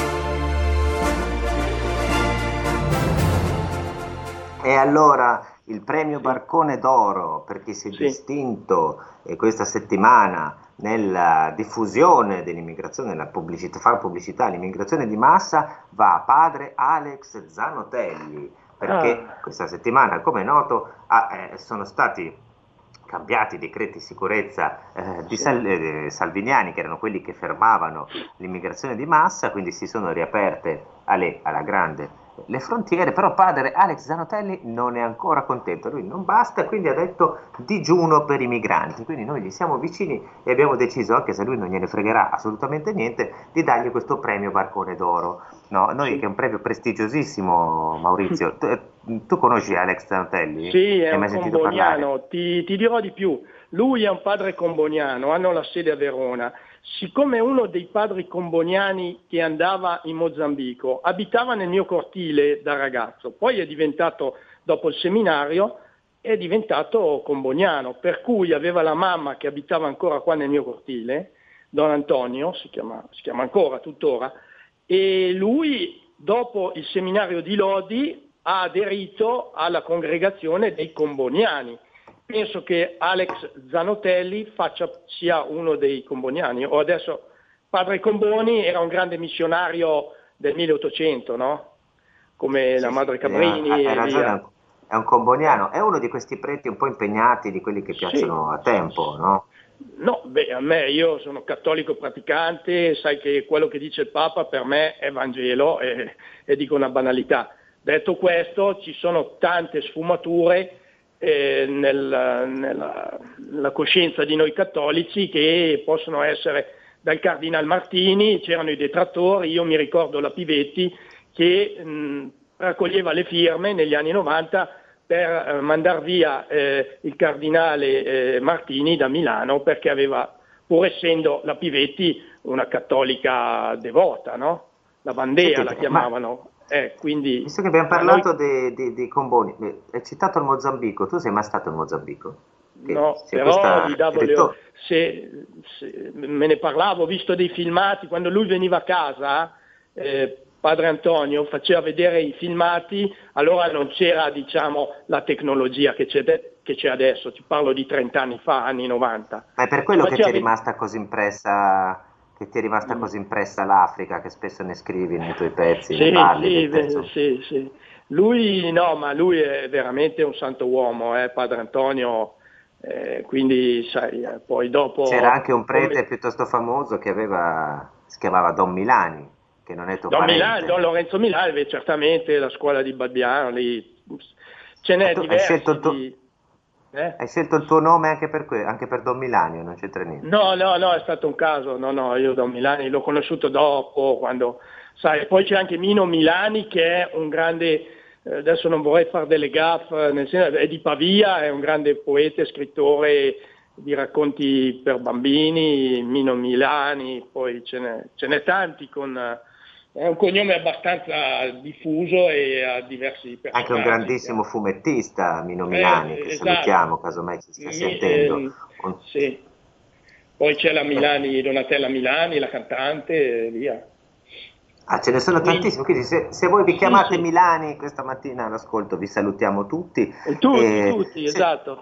E allora il premio Barcone d'Oro per chi si è distinto questa settimana nella diffusione dell'immigrazione, nella pubblicità, fare pubblicità all'immigrazione di massa, va a padre Alex Zanotelli, perché questa settimana, come è noto, sono stati cambiati i decreti sicurezza salviniani, che erano quelli che fermavano l'immigrazione di massa, quindi si sono riaperte alla grande le frontiere, però padre Alex Zanotelli non è ancora contento, lui non basta, quindi ha detto digiuno per i migranti, quindi noi gli siamo vicini e abbiamo deciso, anche se lui non gliene fregherà assolutamente niente, di dargli questo premio Barcone d'Oro, no? Noi che è un premio prestigiosissimo, Maurizio. Tu conosci Alex Zanotelli? Sì, è Hai un mai sentito parlare? comboniano, ti dirò di più, lui è un padre comboniano, hanno la sede a Verona. Siccome uno dei padri comboniani che andava in Mozambico abitava nel mio cortile da ragazzo, poi è diventato, dopo il seminario, è diventato comboniano, per cui aveva la mamma che abitava ancora qua nel mio cortile, Don Antonio, si chiama ancora tuttora, e lui dopo il seminario di Lodi ha aderito alla congregazione dei comboniani. Penso che Alex Zanotelli sia uno dei comboniani, o adesso padre Comboni era un grande missionario del 1800, no? Come la madre Cabrini. Hai ragione, è un comboniano, è uno di questi preti un po' impegnati, di quelli che piacciono a tempo, no? No, io sono cattolico praticante, sai che quello che dice il Papa per me è Vangelo e dico una banalità. Detto questo, ci sono tante sfumature nella coscienza di noi cattolici che possono essere dal Cardinal Martini, c'erano i detrattori, io mi ricordo la Pivetti che raccoglieva le firme negli anni 90 per mandar via il cardinale Martini da Milano, perché aveva, pur essendo la Pivetti una cattolica devota, no? La Bandea la chiamavano. Quindi, visto che abbiamo parlato di Comboni, hai citato il Mozambico, tu sei mai stato in Mozambico? No, però vi davo se me ne parlavo, ho visto dei filmati, quando lui veniva a casa, padre Antonio faceva vedere i filmati, allora non c'era, diciamo, la tecnologia che c'è adesso, ti parlo di 30 anni fa, anni 90. Ma è per quello che ti è rimasta così impressa, così impressa l'Africa, che spesso ne scrivi nei tuoi pezzi, ne parli. Sì. Lui è veramente un santo uomo, padre Antonio, quindi sai, poi dopo... C'era anche un prete piuttosto famoso che si chiamava Don Milani, che non è tuo parente. Don Lorenzo Milani, certamente, la scuola di Babbiano, lì ce n'è diversi. Hai scelto il tuo nome anche per Don Milani, non c'entra niente? No, è stato un caso, io Don Milani l'ho conosciuto dopo, quando, sai, poi c'è anche Mino Milani che è un grande, adesso non vorrei fare delle gaffe, nel senso, è di Pavia, è un grande poeta e scrittore di racconti per bambini, Mino Milani, poi ce n'è tanti è un cognome abbastanza diffuso e ha diversi personaggi. Anche un grandissimo fumettista, Mino Milani, che salutiamo, casomai ci stia sentendo. Sì. Poi c'è la Donatella Milani, la cantante, e via. Ce ne sono tantissimi, quindi se voi vi chiamate Milani questa mattina all'ascolto, vi salutiamo tutti. Tutti, esatto.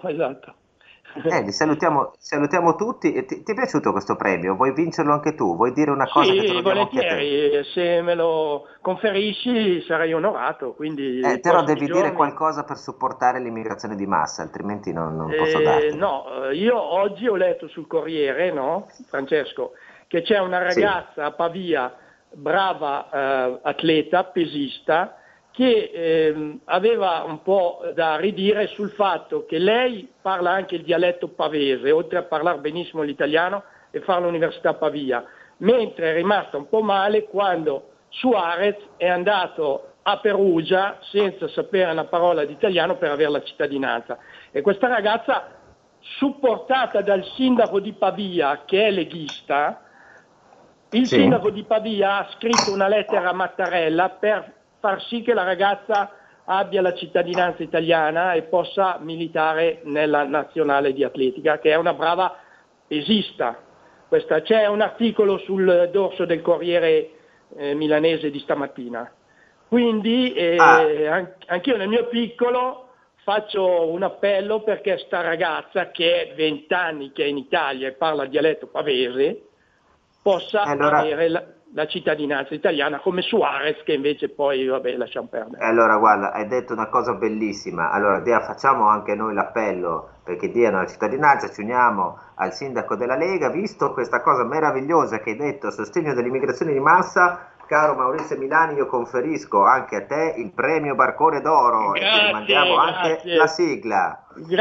Vi salutiamo tutti. Ti è piaciuto questo premio? Vuoi vincerlo anche tu? Vuoi dire una cosa che te lo diamo anche a te? Volentieri, se me lo conferisci sarei onorato. Quindi però devi dire qualcosa per supportare l'immigrazione di massa, altrimenti non posso darti. No, io oggi ho letto sul Corriere, no, Francesco, che c'è una ragazza a Pavia, brava atleta, pesista, che aveva un po' da ridire sul fatto che lei parla anche il dialetto pavese, oltre a parlare benissimo l'italiano e fare l'università a Pavia, mentre è rimasta un po' male quando Suarez è andato a Perugia senza sapere una parola di italiano per avere la cittadinanza. E questa ragazza, supportata dal sindaco di Pavia, che è leghista, il sindaco di Pavia ha scritto una lettera a Mattarella per far sì che la ragazza abbia la cittadinanza italiana e possa militare nella nazionale di atletica, che è una brava pesista. C'è un articolo sul dorso del Corriere milanese di stamattina. Quindi anch'io nel mio piccolo faccio un appello perché sta ragazza, che è 20 anni che è in Italia e parla il dialetto pavese, possa avere la cittadinanza italiana, come Suarez, che invece poi, lasciamo perdere. Allora, guarda, hai detto una cosa bellissima. Allora, facciamo anche noi l'appello perché diano la cittadinanza, ci uniamo al sindaco della Lega, visto questa cosa meravigliosa che hai detto, sostegno dell'immigrazione di massa. Caro Maurizio Milani, io conferisco anche a te il premio Barcone d'Oro e ti mandiamo anche la sigla.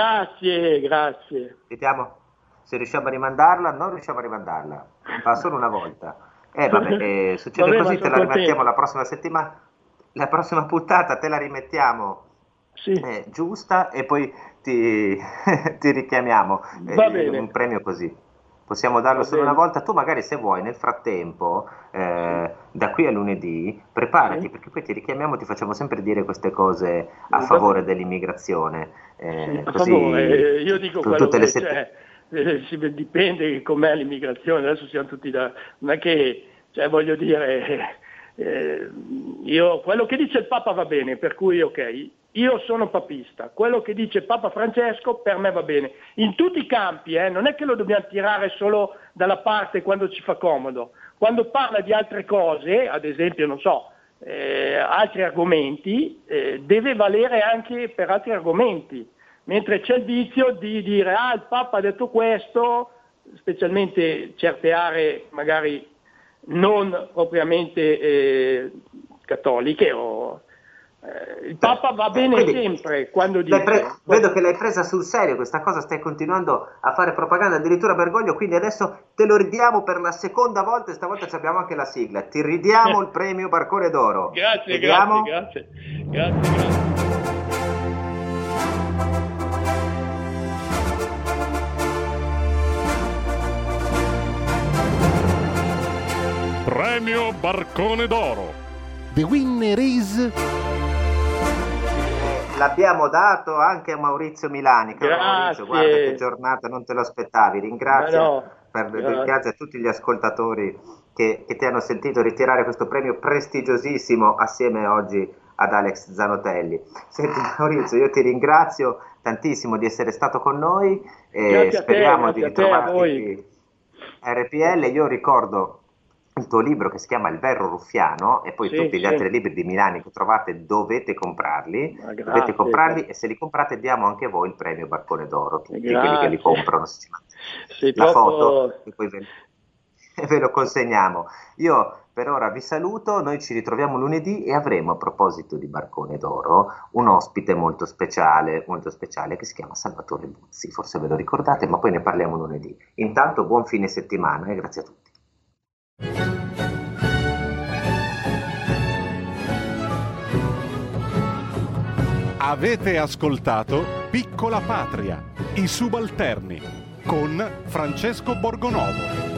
Grazie. Vediamo se riusciamo a rimandarla. Non riusciamo a rimandarla, fa solo una volta. Succede così, te la rimettiamo la prossima settimana. La prossima puntata te la rimettiamo giusta e poi ti richiamiamo. Un premio così. Possiamo darlo solo una volta. Tu magari, se vuoi, nel frattempo, da qui a lunedì, preparati, perché poi ti richiamiamo, ti facciamo sempre dire queste cose a favore dell'immigrazione. Così, io dico quello che dipende com'è l'immigrazione, adesso siamo tutti non è che, voglio dire, Io, quello che dice il Papa va bene, per cui ok, io sono papista, quello che dice Papa Francesco per me va bene, in tutti i campi, non è che lo dobbiamo tirare solo dalla parte quando ci fa comodo, quando parla di altre cose, ad esempio, non so, altri argomenti, deve valere anche per altri argomenti, mentre c'è il vizio di dire il Papa ha detto questo, specialmente certe aree magari non propriamente cattoliche o il Papa va bene sempre quando dice vedo che l'hai presa sul serio questa cosa, stai continuando a fare propaganda, addirittura Bergoglio, quindi adesso te lo ridiamo per la seconda volta e stavolta abbiamo anche la sigla, ti ridiamo il premio Barcone d'Oro. Grazie. Premio Barcone d'Oro. The winner is... L'abbiamo dato anche a Maurizio Milani. Maurizio, guarda che giornata, non te lo aspettavi. Ringrazio a tutti gli ascoltatori che ti hanno sentito ritirare questo premio prestigiosissimo assieme oggi ad Alex Zanotelli. Senti Maurizio, io ti ringrazio tantissimo di essere stato con noi e speriamo di ritrovarti qui a RPL. Io ricordo il tuo libro che si chiama Il Verro Ruffiano e poi tutti gli altri libri di Milani che trovate dovete comprarli, e se li comprate diamo anche voi il premio Barcone d'Oro, tutti quelli che li comprano, se ci mandate la foto e poi ve lo consegniamo. Io per ora vi saluto, noi ci ritroviamo lunedì e avremo, a proposito di Barcone d'Oro, un ospite molto speciale che si chiama Salvatore Buzzi, forse ve lo ricordate, ma poi ne parliamo lunedì. Intanto buon fine settimana e grazie a tutti. Avete ascoltato Piccola Patria, i subalterni con Francesco Borgonovo.